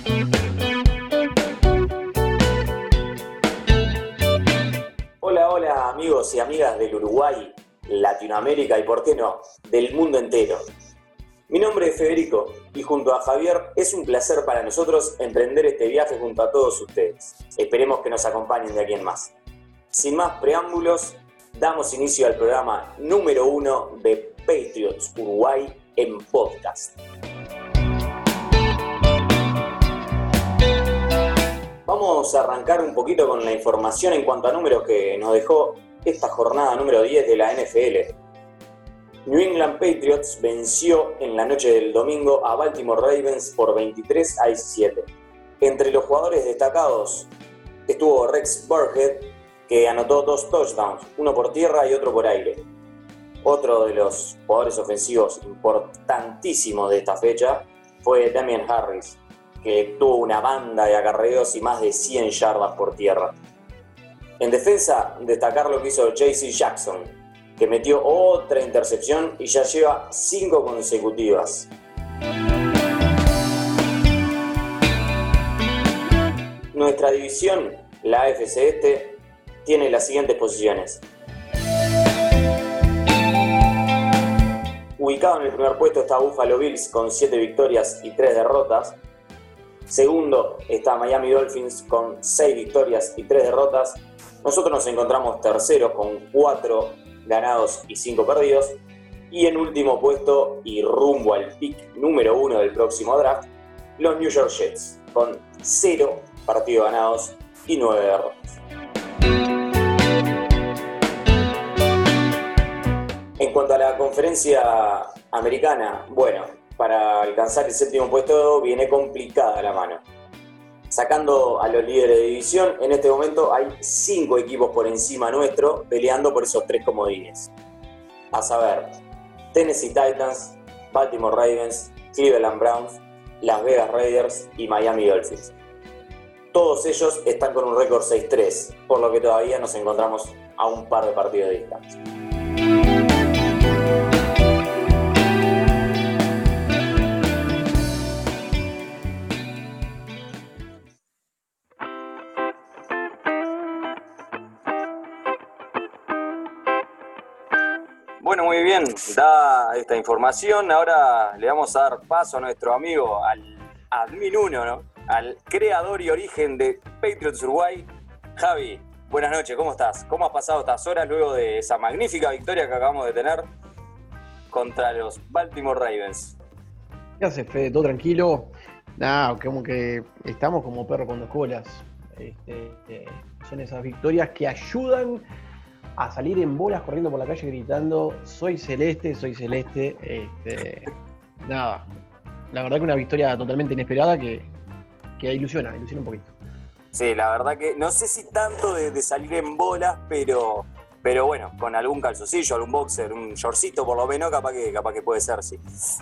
Hola, hola amigos y amigas del Uruguay, Latinoamérica y, por qué no, del mundo entero. Mi nombre es Federico y junto a Javier es un placer para nosotros emprender este viaje junto a todos ustedes. Esperemos que nos acompañen de aquí en más. Sin más preámbulos, damos inicio al programa número 1 de Patriots Uruguay en podcast. Vamos a arrancar un poquito con la información en cuanto a números que nos dejó esta jornada número 10 de la NFL. New England Patriots venció en la noche del domingo a Baltimore Ravens por 23-17. Entre los jugadores destacados estuvo Rex Burkhead, que anotó 2 touchdowns, uno por tierra y otro por aire. Otro de los jugadores ofensivos importantísimos de esta fecha fue Damien Harris, que tuvo una banda de acarreos y más de 100 yardas por tierra. En defensa, destacar lo que hizo J.C. Jackson, que metió otra intercepción y ya lleva 5 consecutivas. Nuestra división, la AFC Este, tiene las siguientes posiciones. Ubicado en el primer puesto está Buffalo Bills con 7 victorias y 3 derrotas. Segundo está Miami Dolphins con 6 victorias y 3 derrotas. Nosotros nos encontramos terceros con 4 ganados y 5 perdidos. Y en último puesto y rumbo al pick número 1 del próximo draft, los New York Jets con 0 partidos ganados y 9 derrotas. En cuanto a la conferencia americana, bueno, para alcanzar el séptimo puesto viene complicada la mano. Sacando a los líderes de división, en este momento hay 5 equipos por encima nuestro peleando por esos 3 comodines. A saber, Tennessee Titans, Baltimore Ravens, Cleveland Browns, Las Vegas Raiders y Miami Dolphins. Todos ellos están con un récord 6-3, por lo que todavía nos encontramos a un par de partidos de distancia. Bueno, muy bien, da esta información. Ahora le vamos a dar paso a nuestro amigo, al Admin 1, ¿no? Al creador y origen de Patriots Uruguay, Javi. Buenas noches, ¿cómo estás? ¿Cómo has pasado estas horas luego de esa magnífica victoria que acabamos de tener contra los Baltimore Ravens? ¿Qué haces, Fede? ¿Todo tranquilo? Nada, como que estamos como perro con 2 colas. Son esas victorias que ayudan a salir en bolas corriendo por la calle gritando soy celeste, soy celeste. Nada, la verdad que una victoria totalmente inesperada que ilusiona un poquito. Sí, la verdad que no sé si tanto de salir en bolas, pero bueno, con algún calzoncillo, algún boxer, un shortcito por lo menos, capaz que puede ser, sí.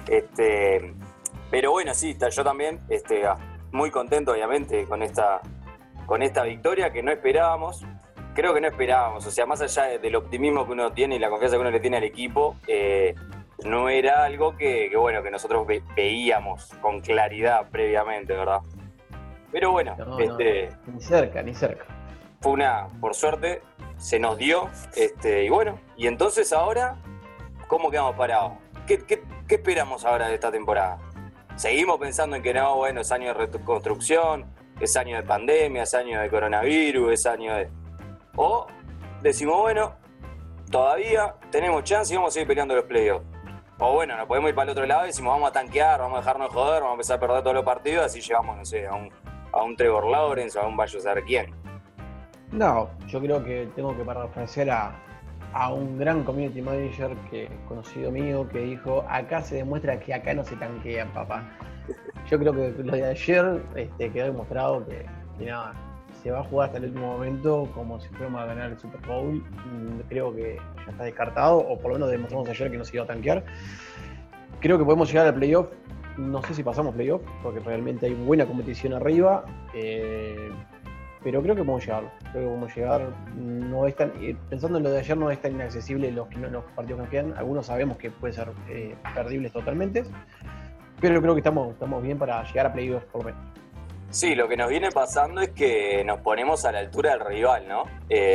Pero bueno, sí, yo también muy contento obviamente con esta victoria que no esperábamos. Creo que no esperábamos, o sea, más allá del optimismo que uno tiene y la confianza que uno le tiene al equipo, no era algo que nosotros veíamos con claridad previamente, ¿verdad? Pero bueno, No, ni cerca. Fue por suerte, se nos dio, y bueno, y entonces ahora, ¿cómo quedamos parados? ¿Qué esperamos ahora de esta temporada? ¿Seguimos pensando en que no, bueno, es año de reconstrucción, es año de pandemia, es año de coronavirus, es año de... O decimos, bueno, todavía tenemos chance y vamos a seguir peleando los playoffs? O bueno, nos podemos ir para el otro lado y decimos, vamos a tanquear, vamos a dejarnos joder, vamos a empezar a perder todos los partidos, así llegamos, no sé, a un Trevor Lawrence o a un vaya a saber quién. No, yo creo que tengo que parafrasear a un gran community manager que conocido mío que dijo, acá se demuestra que acá no se tanquea, papá. Yo creo que lo de ayer quedó demostrado que nada, se va a jugar hasta el último momento como si fuéramos a ganar el Super Bowl. Creo que ya está descartado, o por lo menos demostramos ayer que no se iba a tanquear. Creo que podemos llegar al playoff. No sé si pasamos playoff, porque realmente hay buena competición arriba. Pero creo que podemos llegar. No es tan, pensando en lo de ayer, no es tan inaccesible los partidos que nos quedan. Algunos sabemos que puede ser perdibles totalmente. Pero creo que estamos bien para llegar a playoff por lo menos. Sí, lo que nos viene pasando es que nos ponemos a la altura del rival, ¿no?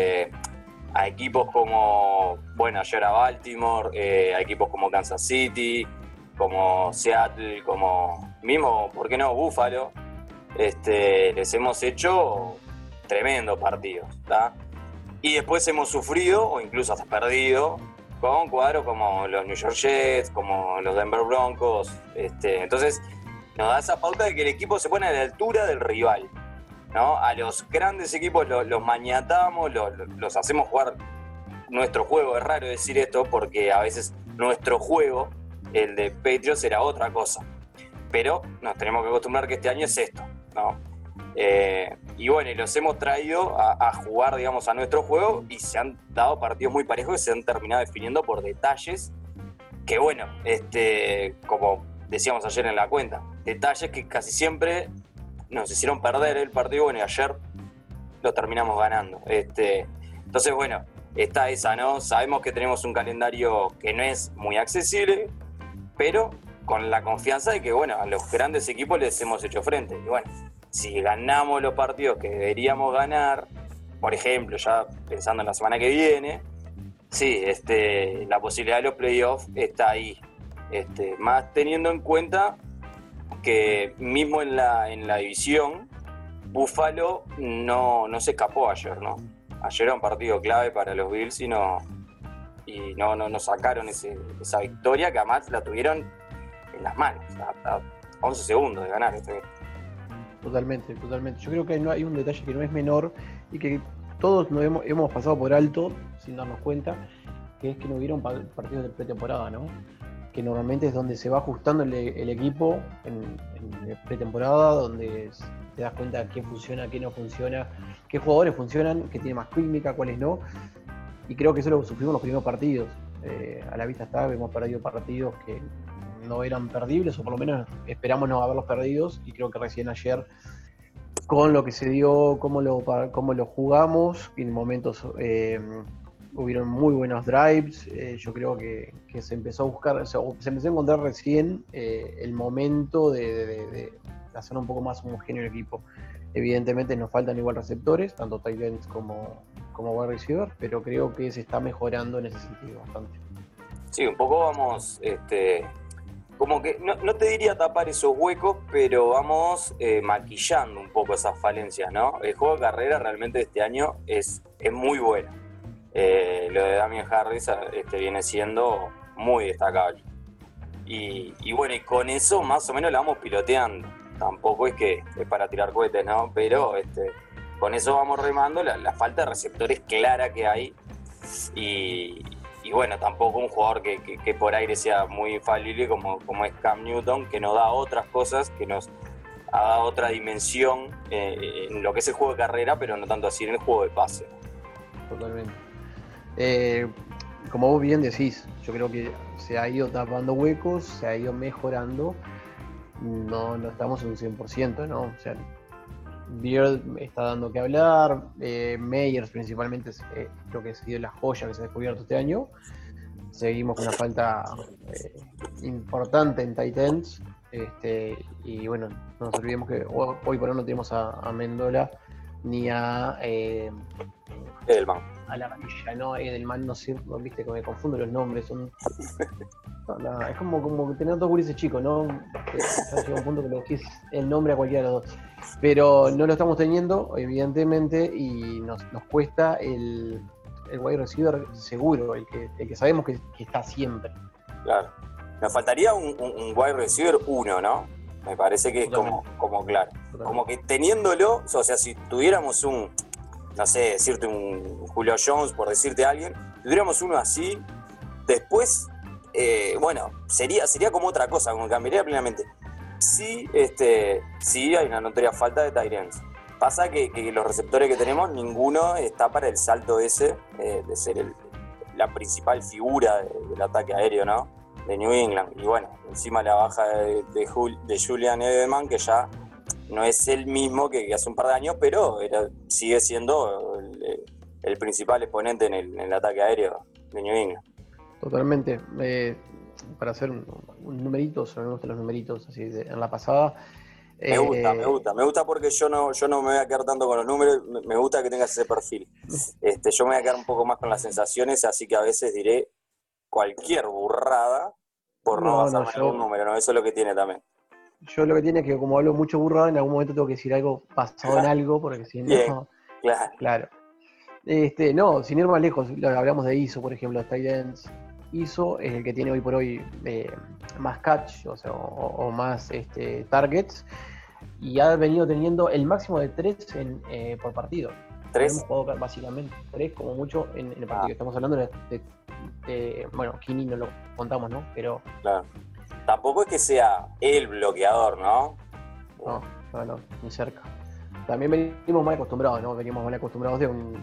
A equipos como, bueno, ayer a Baltimore, a equipos como Kansas City, como Seattle, como mismo, ¿por qué no? Buffalo. Les hemos hecho tremendos partidos, ¿tá? Y después hemos sufrido, o incluso hasta perdido, con cuadros como los New York Jets, como los Denver Broncos. Entonces, nos da esa pauta de que el equipo se pone a la altura del rival, ¿no? A los grandes equipos los maniatamos, los hacemos jugar nuestro juego. Es raro decir esto porque a veces nuestro juego, el de Patriots, era otra cosa. Pero nos tenemos que acostumbrar que este año es esto, ¿no? Y bueno, los hemos traído a jugar, digamos, a nuestro juego y se han dado partidos muy parejos que se han terminado definiendo por detalles que, bueno, como decíamos ayer en la cuenta, detalles que casi siempre nos hicieron perder el partido, bueno, y ayer lo terminamos ganando. Entonces, bueno, está esa, ¿no? Sabemos que tenemos un calendario que no es muy accesible, pero con la confianza de que, bueno, a los grandes equipos les hemos hecho frente. Y bueno, si ganamos los partidos que deberíamos ganar, por ejemplo, ya pensando en la semana que viene, sí, la posibilidad de los playoffs está ahí. Más teniendo en cuenta que mismo en la división, Buffalo no se escapó ayer, ¿no? Ayer era un partido clave para los Bills y no sacaron esa victoria que además la tuvieron en las manos, a 11 segundos de ganar. Totalmente. Yo creo que hay un detalle que no es menor y que todos nos hemos pasado por alto sin darnos cuenta, que es que no hubieron partidos de pretemporada, ¿no? Que normalmente es donde se va ajustando el equipo en pretemporada, donde te das cuenta de qué funciona, qué no funciona, qué jugadores funcionan, qué tiene más química, cuáles no. Y creo que eso lo sufrimos en los primeros partidos. A la vista está, hemos perdido partidos que no eran perdibles, o por lo menos esperamos no haberlos perdidos, y creo que recién ayer, con lo que se dio, cómo lo jugamos, en momentos hubieron muy buenos drives. Yo creo que se empezó a buscar, se empezó a encontrar recién el momento de hacer un poco más homogéneo el equipo. Evidentemente nos faltan igual receptores, tanto tight ends como wide receiver, pero creo que se está mejorando en ese sentido bastante. Sí, un poco vamos, como que, no te diría tapar esos huecos, pero vamos maquillando un poco esas falencias, ¿no? El juego de carrera realmente este año es muy bueno. Lo de Damien Harris viene siendo muy destacable. Y bueno, y con eso más o menos la vamos piloteando. Tampoco es que es para tirar cohetes, ¿no? Pero con eso vamos remando. La falta de receptores clara que hay. Y bueno, tampoco un jugador que por aire sea muy infalible como es Cam Newton, que nos da otras cosas, que nos da otra dimensión en lo que es el juego de carrera, pero no tanto así en el juego de pase. Totalmente. Como vos bien decís, yo creo que se ha ido tapando huecos, se ha ido mejorando. No estamos en un 100%, ¿no? O sea, Beard está dando que hablar, Meyers principalmente creo que ha sido la joya que se ha descubierto este año. Seguimos con una falta importante en tight ends, y bueno, no nos olvidemos que hoy por hoy no tenemos a Mendola ni a Edelman. A la varilla, ¿no? Edelman, no sé, viste que me confundo los nombres, es como tener dos gurises chicos, ¿no? Ya llega un punto que le decís el nombre a cualquiera de los dos. Pero no lo estamos teniendo, evidentemente, y nos cuesta el wide receiver seguro, el que sabemos que está siempre. Claro. Nos faltaría un wide receiver 1, ¿no? Me parece que es como claro. Totalmente. Como que teniéndolo, o sea, si tuviéramos no sé, decirte un Julio Jones, por decirte a alguien, tuviéramos uno así, después, bueno, sería como otra cosa, como cambiaría plenamente. Sí, sí hay una notoria falta de tight ends. Pasa que los receptores que tenemos, ninguno está para el salto ese de ser la principal figura del ataque aéreo, ¿no? De New England. Y bueno, encima la baja de Julian Edelman, que ya no es el mismo que hace un par de años, pero sigue siendo el principal exponente en el ataque aéreo de New England. Totalmente. Para hacer un numerito, me gustan los numeritos así en la pasada, Me gusta porque yo no me voy a quedar tanto con los números, me gusta que tengas ese perfil. Yo me voy a quedar un poco más con las sensaciones, así que a veces diré cualquier burrada por no basarme en algún número, ¿no? Eso es lo que tiene también. Yo lo que tiene es que como hablo mucho burrada, en algún momento tengo que decir algo basado en algo, porque si no... Bien, claro. No, sin ir más lejos, hablamos de ISO, por ejemplo, tight ends. ISO es el que tiene hoy por hoy más catch, o sea, o más targets, y ha venido teniendo el máximo de 3 por partido. 3. Hemos jugado básicamente 3 como mucho en el partido. Estamos hablando bueno, Kini no lo contamos, ¿no? Pero... Claro. Tampoco es que sea el bloqueador, ¿no? No, ni cerca. También venimos mal acostumbrados, ¿no? Venimos mal acostumbrados de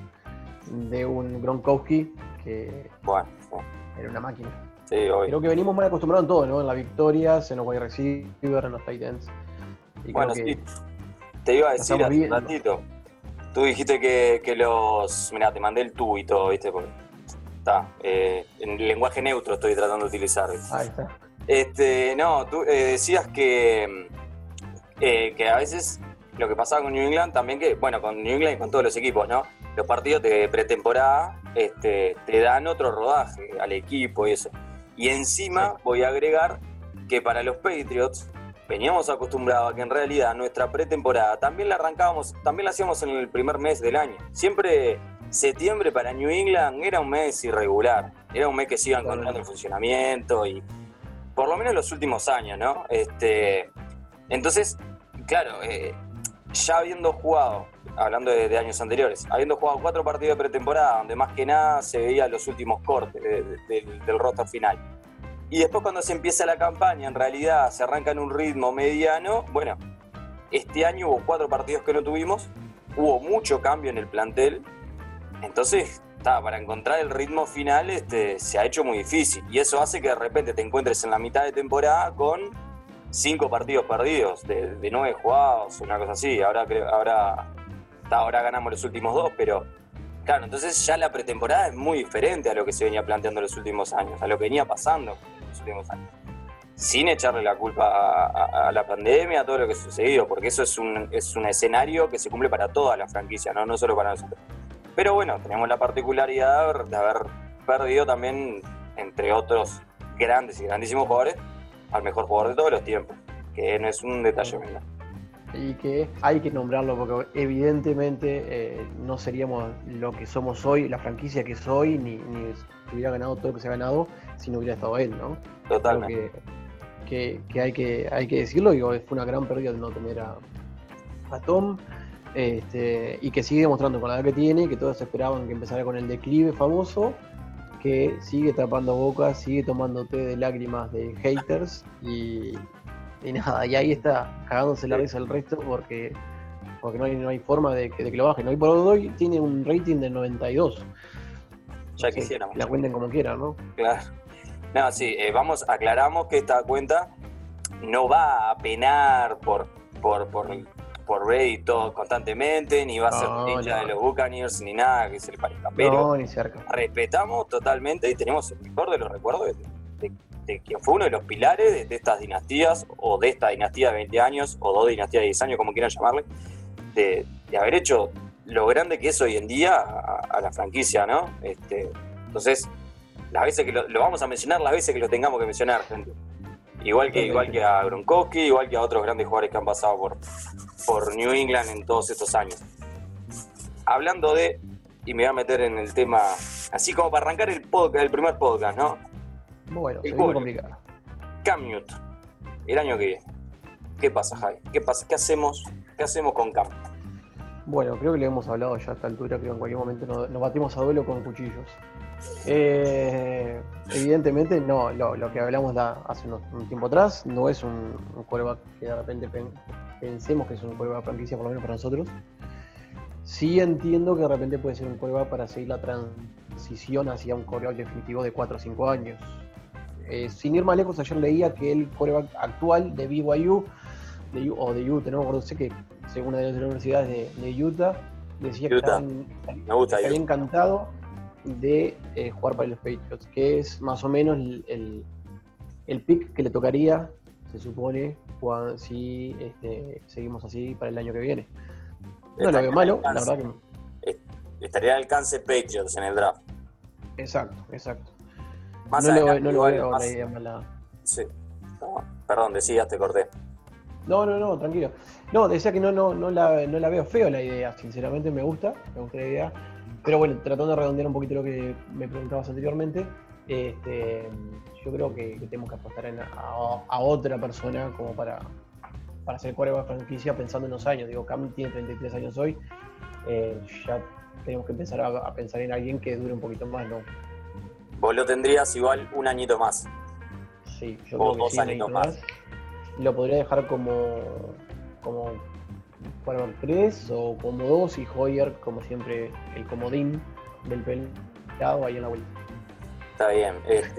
un Gronkowski que era una máquina. Sí, obvio. Creo que venimos mal acostumbrados en todo, ¿no? En las victorias, en los wide receivers, en los tight ends. Y bueno, sí. Te iba a decir hace un ratito. Tú dijiste que los... Mirá, te mandé el tú y todo, ¿viste? Porque está. En lenguaje neutro estoy tratando de utilizar, ¿viste? Ahí está. No, tú decías que a veces lo que pasaba con New England también, que bueno, con New England y con todos los equipos, ¿no? Los partidos de pretemporada te dan otro rodaje al equipo y eso. Y encima voy a agregar que para los Patriots veníamos acostumbrados a que en realidad nuestra pretemporada también la hacíamos en el primer mes del año. Siempre septiembre para New England era un mes irregular, era un mes que se iba encontrando el funcionamiento y por lo menos en los últimos años, ¿no? Entonces, claro, ya habiendo jugado, hablando de años anteriores, habiendo jugado 4 partidos de pretemporada, donde más que nada se veía los últimos cortes del roster final. Y después cuando se empieza la campaña, en realidad se arranca en un ritmo mediano. Bueno, este año hubo 4 partidos que no tuvimos, hubo mucho cambio en el plantel, entonces para encontrar el ritmo final se ha hecho muy difícil, y eso hace que de repente te encuentres en la mitad de temporada con 5 partidos perdidos, de 9 jugados, una cosa así. Ahora ganamos los últimos 2, pero claro, entonces ya la pretemporada es muy diferente a lo que se venía planteando en los últimos años, a lo que venía pasando en los últimos años. Sin echarle la culpa a la pandemia, a todo lo que ha sucedido, porque eso es un escenario que se cumple para toda la franquicia, no solo para nosotros. Pero bueno, tenemos la particularidad de haber perdido también, entre otros grandes y grandísimos jugadores, al mejor jugador de todos los tiempos, que no es un detalle menor. Y que hay que nombrarlo porque evidentemente no seríamos lo que somos hoy, la franquicia que soy, ni hubiera ganado todo lo que se ha ganado si no hubiera estado él, ¿no? Totalmente. Que hay que decirlo, digo, fue una gran pérdida de no tener a Tom, y que sigue demostrando con la edad que tiene, que todos esperaban que empezara con el declive famoso, que sigue tapando bocas, sigue tomando té de lágrimas de haters y nada, y ahí está cagándose la risa el resto porque no hay forma de que lo bajen. Hoy por hoy tiene un rating de 92. Ya quisiéramos. La cuenten como quieran, ¿no? Claro. No, sí, aclaramos que esta cuenta no va a penar por Brady todo constantemente, ni va a ser hincha de los Buccaneers, ni nada que se le parezca. Pero ni cerca. Respetamos totalmente y tenemos el mejor de los recuerdos de quien fue uno de los pilares de estas dinastías, o de esta dinastía de 20 años, o 2 dinastías de 10 años, como quieran llamarle, de haber hecho lo grande que es hoy en día a la franquicia, ¿no? Entonces, las veces que lo vamos a mencionar, las veces que lo tengamos que mencionar, gente. Igual que a Gronkowski, igual que a otros grandes jugadores que han pasado por New England en todos estos años. Hablando y me voy a meter en el tema, así como para arrancar el primer podcast, ¿no? Bueno, se viene complicado. Cam Newton, el año que viene. ¿Qué pasa, Javi? ¿Qué pasa? ¿Qué hacemos con Cam? Bueno, creo que le hemos hablado ya a esta altura, creo que en cualquier momento nos batimos a duelo con cuchillos. Evidentemente no, lo que hablamos hace un tiempo atrás no es un quarterback que de repente pensemos que es un quarterback franquicia, por lo menos para nosotros. Sí entiendo que de repente puede ser un quarterback para seguir la transición hacia un quarterback definitivo de 4 o 5 años. Sin ir más lejos, ayer leía que el quarterback actual de BYU o de Utah, no me acuerdo, sé que según una de las universidades de Utah, decía que había encantado de jugar para los Patriots, que es más o menos el pick que le tocaría, se supone, si seguimos así para el año que viene. No lo veo malo, la verdad que... Estaría al alcance Patriots en el draft. Exacto. Más no adelante, lo igual, veo más... la idea mala. Sí. No, perdón, decías, te corté. No, tranquilo. No, decía que no la veo feo la idea, sinceramente me gusta la idea. Pero bueno, tratando de redondear un poquito lo que me preguntabas anteriormente, yo creo que tenemos que apostar a otra persona como para hacer quarterback franquicia pensando en los años. Digo, Cam tiene 33 años hoy, ya tenemos que empezar a pensar en alguien que dure un poquito más, ¿no? Vos lo tendrías igual un añito más. Sí, yo o creo que 2 sí, añitos más. Lo podría dejar como quarterback 3 o como 2 y Hoyer como siempre el comodín del pelado ahí en la vuelta. Está bien.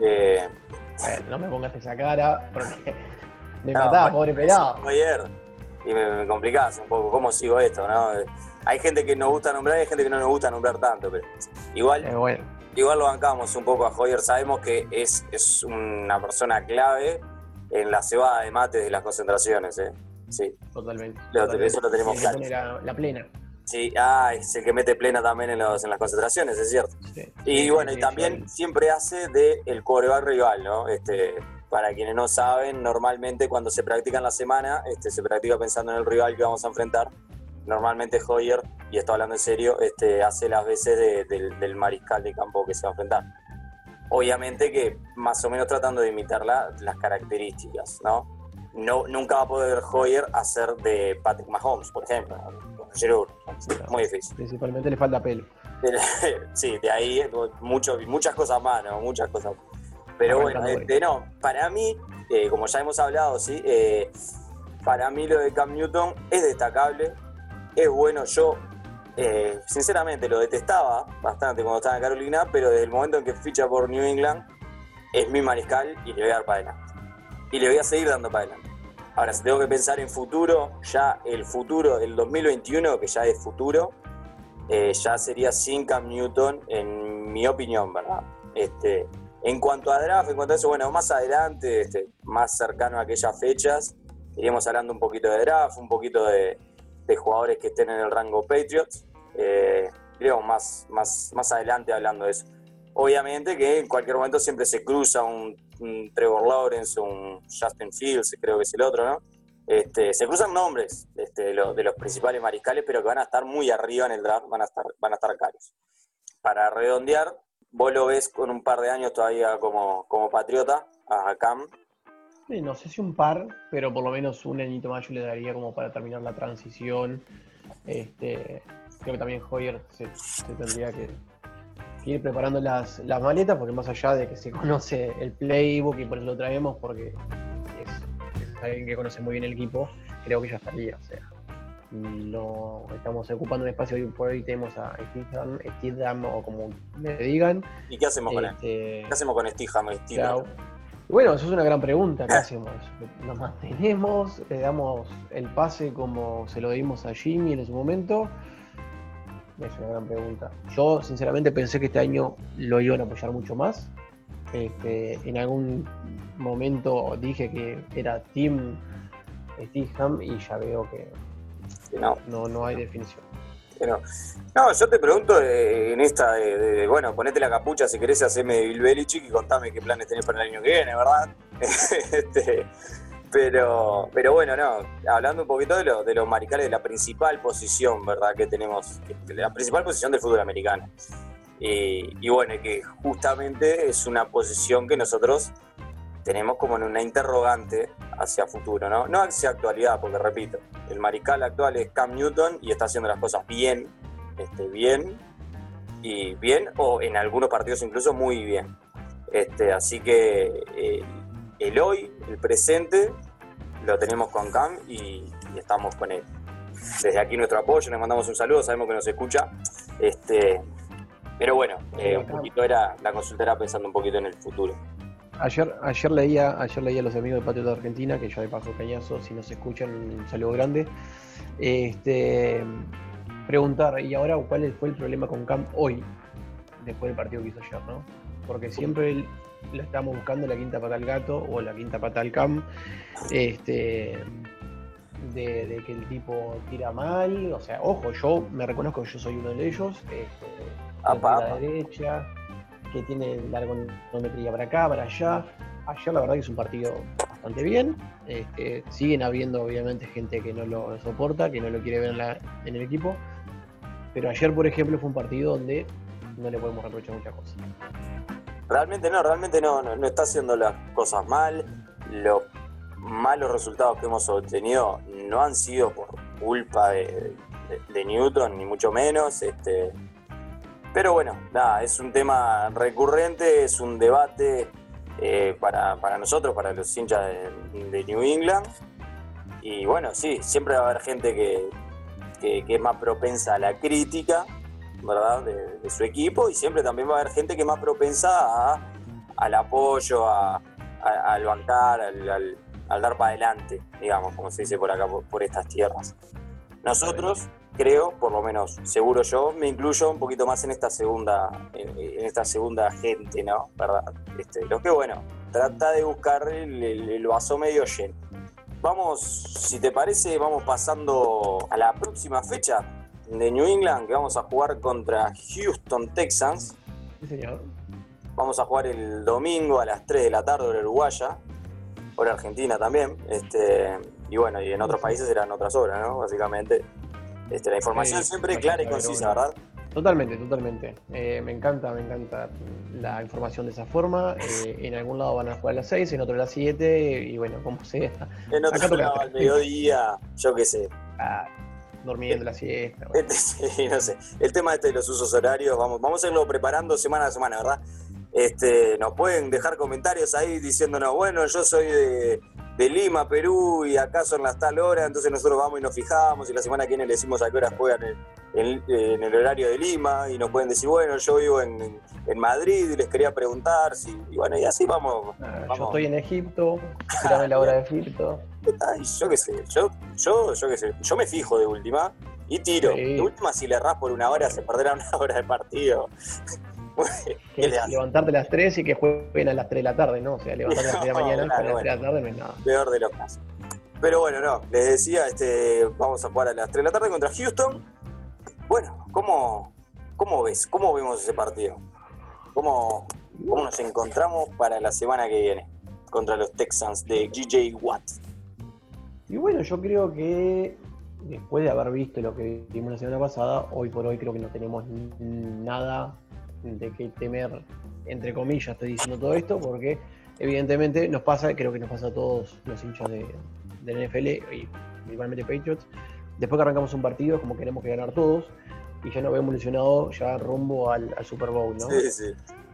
No me pongas esa cara porque me mataba, pobre pelado. Ayer y me complicás un poco cómo sigo esto, ¿no? Hay gente que nos gusta nombrar y hay gente que no nos gusta nombrar tanto, pero igual lo bancamos un poco a Hoyer. Sabemos que es una persona clave en la cebada de mates de las concentraciones, ¿eh? Sí. Totalmente. Eso lo tenemos claro. La plena. Sí, es el que mete plena también en las concentraciones, es cierto. Sí, y bueno, y también siempre hace de el quarterback rival, ¿no? Para quienes no saben, normalmente cuando se practica en la semana, se practica pensando en el rival que vamos a enfrentar. Normalmente Hoyer, y estoy hablando en serio, hace las veces del mariscal de campo que se va a enfrentar. Obviamente que más o menos tratando de imitar las características, ¿no? Nunca va a poder Hoyer hacer de Patrick Mahomes, por ejemplo, Giroud. Muy difícil. Principalmente le falta pelo. Sí, de ahí muchas cosas más, ¿no? Muchas cosas más. Pero bueno, para mí, como ya hemos hablado, ¿sí? Para mí lo de Cam Newton es destacable, es bueno. Yo, sinceramente, lo detestaba bastante cuando estaba en Carolina, pero desde el momento en que ficha por New England, es mi mariscal y le voy a dar para adelante. Y le voy a seguir dando para adelante. Ahora, si tengo que pensar en futuro, ya el futuro del 2021, que ya es futuro, ya sería sin Cam Newton, en mi opinión, ¿verdad? En cuanto a draft, en cuanto a eso, bueno, más adelante, más cercano a aquellas fechas, iríamos hablando un poquito de draft, un poquito de jugadores que estén en el rango Patriots. Iríamos más adelante hablando de eso. Obviamente que en cualquier momento siempre se cruza un Trevor Lawrence, un Justin Fields, creo que es el otro, ¿no? Se cruzan nombres de los principales mariscales, pero que van a estar muy arriba en el draft, van a estar caros. Para redondear, ¿vos lo ves con un par de años todavía como patriota a Cam? Sí, no sé si un par, pero por lo menos un añito más yo le daría como para terminar la transición. Creo que también Hoyer se tendría que ir preparando las maletas, porque más allá de que se conoce el playbook y por eso lo traemos, porque es alguien que conoce muy bien el equipo, creo que ya estaría. O sea, no estamos ocupando un espacio y por ahí tenemos a Stidham o como le digan. ¿Y qué hacemos con él? ¿Qué hacemos con Stidham? Claro. Bueno, eso es una gran pregunta. ¿Qué hacemos? ¿Lo mantenemos? ¿Le damos el pase como se lo dimos a Jimmy en su momento? Es una gran pregunta. Yo sinceramente pensé que este año lo iban a apoyar mucho más. En algún momento dije que era Team Stidham y ya veo que no hay definición. No, yo te pregunto en esta bueno, ponete la capucha si querés, haceme de Bill Belichick y contame qué planes tenés para el año que viene, ¿verdad? Pero bueno, no, hablando un poquito de los mariscales, de la principal posición, ¿verdad? Que tenemos, la principal posición del fútbol americano. Y bueno, que justamente es una posición que nosotros tenemos como en una interrogante hacia futuro, ¿no? No hacia actualidad, porque repito, el mariscal actual es Cam Newton y está haciendo las cosas bien, o en algunos partidos incluso muy bien. Así que el hoy, el presente, lo tenemos con Cam y estamos con él. Desde aquí nuestro apoyo, le mandamos un saludo, sabemos que nos escucha. Pero bueno, un poquito era la consulta, era pensando un poquito en el futuro. Ayer leía a los amigos de Patriota de Argentina, que ya de paso cañazo, si nos escuchan, un saludo grande. Preguntar, ¿y ahora cuál fue el problema con Cam hoy, después del partido que hizo ayer, no? porque siempre la estamos buscando la quinta pata al gato o la quinta pata al cam, de que el tipo tira mal, o sea, ojo, yo me reconozco que yo soy uno de ellos, que tira a la derecha, que tiene largometría para acá, para allá. Ayer la verdad que es un partido bastante bien, siguen habiendo obviamente gente que no lo soporta, que no lo quiere ver en el equipo, pero ayer por ejemplo fue un partido donde no le podemos reprochar muchas cosas. Realmente no está haciendo las cosas mal. Los malos resultados que hemos obtenido no han sido por culpa de Newton, ni mucho menos. Pero bueno, nada, es un tema recurrente, es un debate para nosotros, para los hinchas de New England. Y bueno, sí, siempre va a haber gente que es más propensa a la crítica, ¿verdad? De su equipo, y siempre también va a haber gente que es más propensa al apoyo, al bancar, al dar para adelante, digamos, como se dice por acá, por estas tierras. Nosotros, creo, por lo menos seguro yo, me incluyo un poquito más en esta segunda gente, ¿no? ¿Verdad? Lo que bueno, trata de buscar el vaso medio lleno. Vamos, si te parece, vamos pasando a la próxima fecha de New England, que vamos a jugar contra Houston Texans. Sí, señor. Vamos a jugar el domingo a las 3 de la tarde, hora uruguaya, hora argentina también. Y bueno, y en otros países serán otras horas, ¿no? Básicamente. La información siempre clara y concisa, ¿verdad? Totalmente. Me encanta la información de esa forma. En algún lado van a jugar a las 6, en otro a las 7, y bueno, como sea. En otro lado al mediodía, yo qué sé. Durmiendo la siesta. Sí, no sé. El tema de los usos horarios, vamos a irlo preparando semana a semana, ¿verdad? Nos pueden dejar comentarios ahí diciéndonos, bueno, yo soy de Lima, Perú, y acá son las tal hora, entonces nosotros vamos y nos fijamos, y la semana que viene le decimos a qué hora juegan en el horario de Lima, y nos pueden decir, bueno, yo vivo en Madrid y les quería preguntar, y bueno, y así vamos. Yo estoy en Egipto, tirame la hora de Egipto. Ay, yo qué sé, yo me fijo de última y tiro. Sí. De última, si le errás por una hora, se perderá una hora de partido. Levantarte a las 3 y que jueguen a las 3 de la tarde, ¿no? O sea, levantarte a las 3 de la mañana, claro, a las 3 de la tarde no es nada. Peor de los casos. Pero bueno, no, les decía, vamos a jugar a las 3 de la tarde contra Houston. Bueno, ¿cómo ves? ¿Cómo vemos ese partido? ¿Cómo nos encontramos para la semana que viene contra los Texans de J.J. Watt? Y bueno, yo creo que después de haber visto lo que vimos la semana pasada, hoy por hoy creo que no tenemos nada de qué temer, entre comillas estoy diciendo todo esto, porque evidentemente creo que nos pasa a todos los hinchas del NFL y igualmente Patriots. Después que arrancamos un partido es como queremos que ganar todos y ya nos vemos ilusionados ya rumbo al Super Bowl, ¿no? Sí.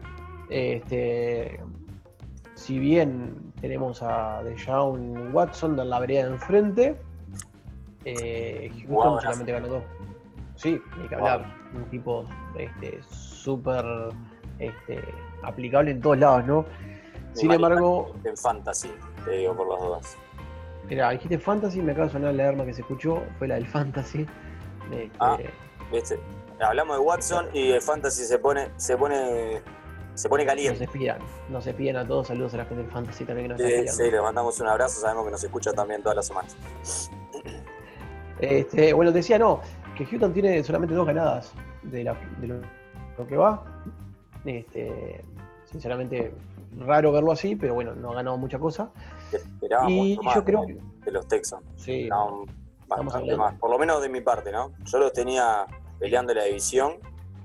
Si bien tenemos a Deshaun Watson en la vereda de enfrente, Houston solamente ganó 2. Sí, ni que hablar. Un tipo súper aplicable en todos lados, ¿no? Sin embargo, en Fantasy, te digo por las dudas. Mira, dijiste Fantasy, me acaba de sonar la alarma que se escuchó, fue la del Fantasy. ¿Viste? Hablamos de Watson y el Fantasy se pone caliente. Nos espían a todos, saludos a la gente del Fantasy también que nos está escuchando. Sí, les mandamos un abrazo, sabemos que nos escucha también todas las semanas. Bueno, te decía, que Houston tiene solamente 2 ganadas de lo que va. Sinceramente, raro verlo así, pero bueno, no ha ganado mucha cosa. Y yo creo que de los Texans. Sí, bastante más, por lo menos de mi parte, ¿no? Yo los tenía peleando la división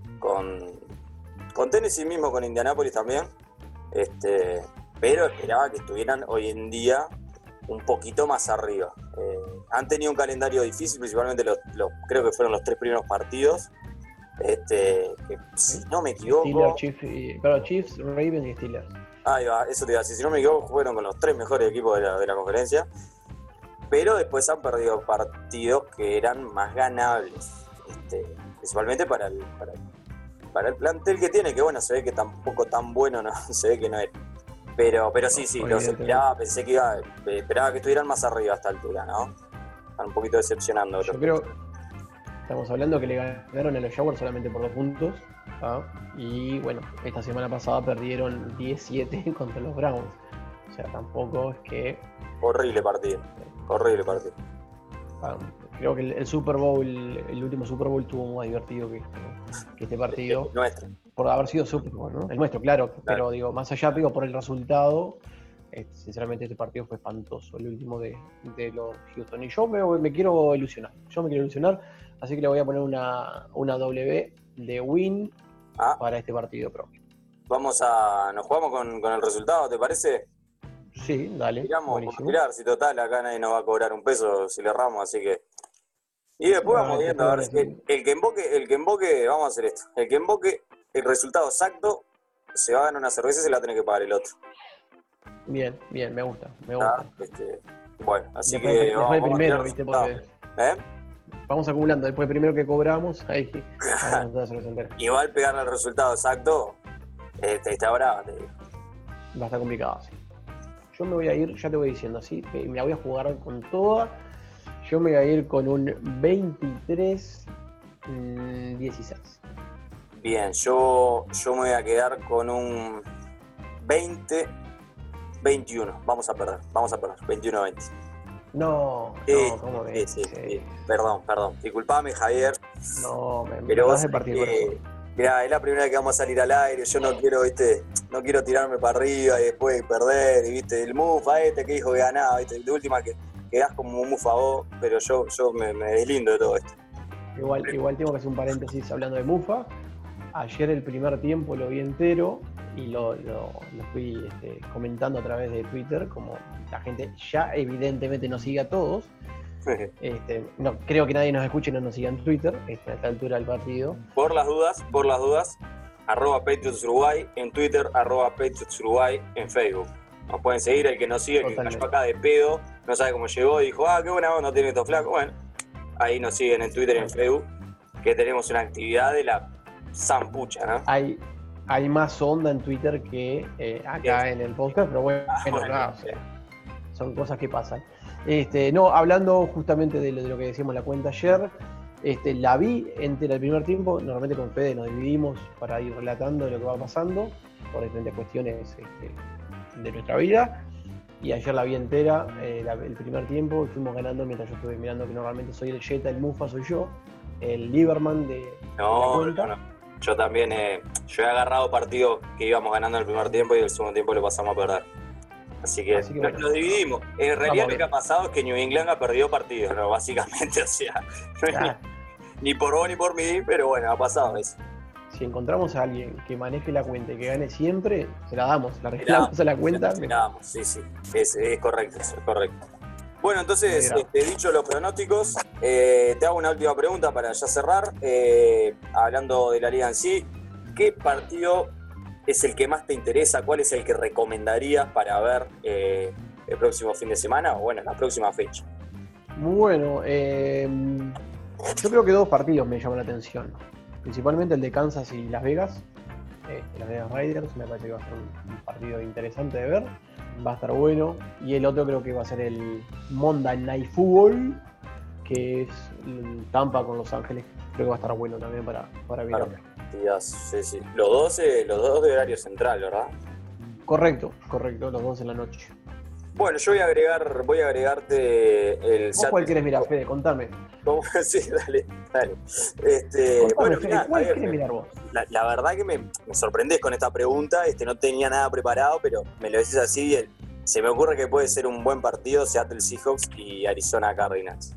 con Tennessee mismo, con Indianapolis también. Pero esperaba que estuvieran hoy en día un poquito más arriba. Han tenido un calendario difícil, principalmente creo que fueron los 3 primeros partidos. Que, si no me equivoco... Chiefs, Ravens y Steelers. Ahí va, eso te iba a decir. Si no me equivoco, fueron con los 3 mejores equipos de la conferencia. Pero después han perdido partidos que eran más ganables. Principalmente para el plantel que tiene, que bueno, se ve que tampoco tan bueno, no se ve que no es. Pero sí, los esperaba, esperaba que estuvieran más arriba a esta altura, ¿no? Están un poquito decepcionando. Yo creo, estamos hablando que le ganaron a los Jaguars solamente por 2 puntos. ¿ah? Y bueno, esta semana pasada perdieron 17 contra los Browns. O sea, tampoco es que... Horrible partido. Horrible partido. Creo que el Super Bowl, el último Super Bowl estuvo más divertido que este partido. El nuestro. Por haber sido Super Bowl, ¿no? El nuestro, claro. Pero digo, más allá, digo, por el resultado, sinceramente este partido fue espantoso, el último de los Houston. Y yo me quiero ilusionar. Así que le voy a poner una W de win para este partido próximo. Nos jugamos con el resultado, ¿te parece? Sí, dale. Vamos a tirar, si total, acá nadie nos va a cobrar un peso si le erramos, así que... Y después vamos viendo, a ver, el que invoque, vamos a hacer esto. El que invoque el resultado exacto, se va a ganar una cerveza y se la tiene que pagar el otro. Bien, me gusta. Bueno, así después, que vamos el primero, ¿viste? Porque vamos acumulando, después el primero que cobramos, ahí vamos a hacer entera. Igual pegarle el resultado exacto, está brava, te digo. Va a estar complicado, sí. Yo me voy a ir, ya te voy diciendo así, que me la voy a jugar con toda. Yo me voy a ir con un 23-16. Bien, yo me voy a quedar con un 20-21. Vamos a perder, 21-20. No, ¿cómo ves? Sí. Perdón. Disculpame, Javier. No, pero vas a partir. Mirá, es la primera vez que vamos a salir al aire, yo no quiero tirarme para arriba y después perder, y viste, el Mufa que dijo que ganaba, viste, de última que quedás como un Mufa vos, pero yo me deslindo de todo esto. Igual tengo que hacer un paréntesis hablando de Mufa. Ayer el primer tiempo lo vi entero y lo fui comentando a través de Twitter, como la gente ya evidentemente nos sigue a todos. No creo que nadie nos escuche y no nos siga en Twitter a esta altura del partido. Por las dudas, @Patriots Uruguay en Twitter, @Patriots Uruguay en Facebook. Nos pueden seguir, el que nos sigue, el que cayó acá de pedo, no sabe cómo llegó y dijo, qué buena onda tiene estos flacos. Bueno, ahí nos siguen en Twitter y en Facebook, que tenemos una actividad de la zampucha, ¿no? Hay más onda en Twitter que acá en el podcast, pero bueno, son cosas que pasan. Hablando justamente de lo que decíamos en la cuenta ayer, la vi entera el primer tiempo. Normalmente con Fede nos dividimos para ir relatando lo que va pasando por diferentes cuestiones de nuestra vida, y ayer la vi entera, el primer tiempo, y fuimos ganando mientras yo estuve mirando, que normalmente soy el Jetta, el Mufa soy yo, el Lieberman de la cuenta. No. Yo también yo he agarrado partidos que íbamos ganando en el primer tiempo y el segundo tiempo lo pasamos a perder. Así que bueno, nos dividimos. En realidad lo que ha pasado es que New England ha perdido partidos, ¿no? Básicamente, o sea, ni por vos ni por mí, pero bueno, ha pasado eso. Si encontramos a alguien que maneje la cuenta y que gane siempre, se la damos, la arreglamos a la cuenta. Se la damos, sí, es correcto, eso es correcto. Bueno, entonces, dicho los pronósticos, te hago una última pregunta para ya cerrar. Hablando de la liga en sí, ¿qué partido es el que más te interesa? ¿Cuál es el que recomendarías para ver el próximo fin de semana o bueno, la próxima fecha? Bueno, yo creo que 2 partidos me llaman la atención. Principalmente el de Kansas y Las Vegas. Las Vegas Raiders me parece que va a ser un partido interesante de ver. Va a estar bueno. Y el otro creo que va a ser el Monday Night Football, que es Tampa con Los Ángeles. Creo que va a estar bueno también para ver. Claro. Sí. Los dos de horario central, ¿verdad? Correcto, los 2 en la noche. Bueno, yo voy a agregarte el... ¿Vos cuál querés mirar, Fede? Contame. Sí, dale. Contame, bueno, Fede, mirá, ¿cuál querés mirar vos? La verdad que me sorprendés con esta pregunta. No tenía nada preparado, pero me lo decís así y se me ocurre que puede ser un buen partido Seattle Seahawks y Arizona Cardinals.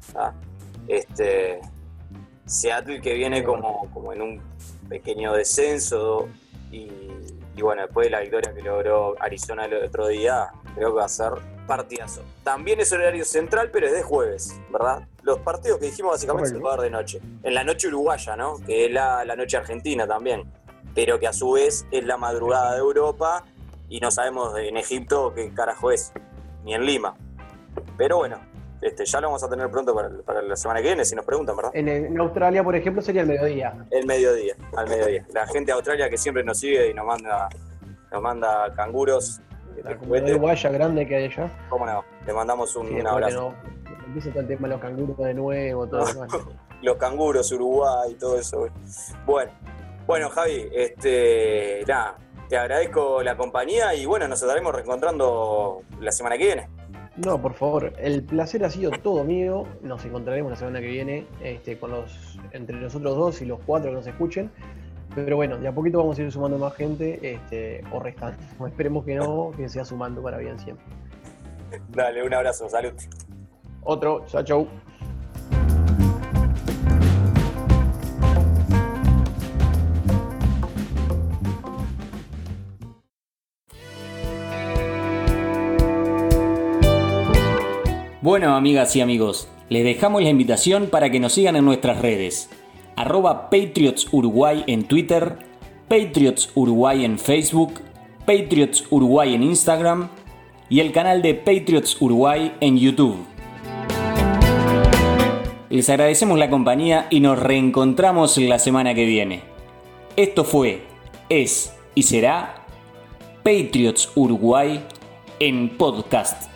Seattle que viene como en un pequeño descenso y bueno, después de la victoria que logró Arizona el otro día, creo que va a ser partidazo. También es horario central, pero es de jueves, ¿verdad? Los partidos que dijimos básicamente se van a dar de noche. En la noche uruguaya, ¿no? Que es la noche argentina también, pero que a su vez es la madrugada de Europa y no sabemos en Egipto qué carajo es, ni en Lima. Pero bueno, ya lo vamos a tener pronto para la semana que viene, si nos preguntan, ¿verdad? En Australia, por ejemplo, sería el mediodía. Al mediodía. La gente de Australia que siempre nos sigue y nos manda canguros. La comunidad uruguaya grande que hay allá. ¿Cómo no? Le mandamos un abrazo. Empieza todo el tema de los canguros de nuevo, todo eso. Los canguros, Uruguay, todo eso. Bueno, Bueno, Javi, nada, te agradezco la compañía y bueno, nos estaremos reencontrando la semana que viene. No, por favor, el placer ha sido todo mío. Nos encontraremos la semana que viene entre nosotros dos y los 4 que nos escuchen. Pero bueno, de a poquito vamos a ir sumando más gente o restando. Esperemos que no, que sea sumando para bien siempre. Dale, un abrazo, salud. Otro, chau, chau. Bueno, amigas y amigos, les dejamos la invitación para que nos sigan en nuestras redes. @PatriotsUruguay en Twitter, Patriots Uruguay en Facebook, Patriots Uruguay en Instagram y el canal de Patriots Uruguay en YouTube. Les agradecemos la compañía y nos reencontramos la semana que viene. Esto fue, es y será Patriots Uruguay en podcast.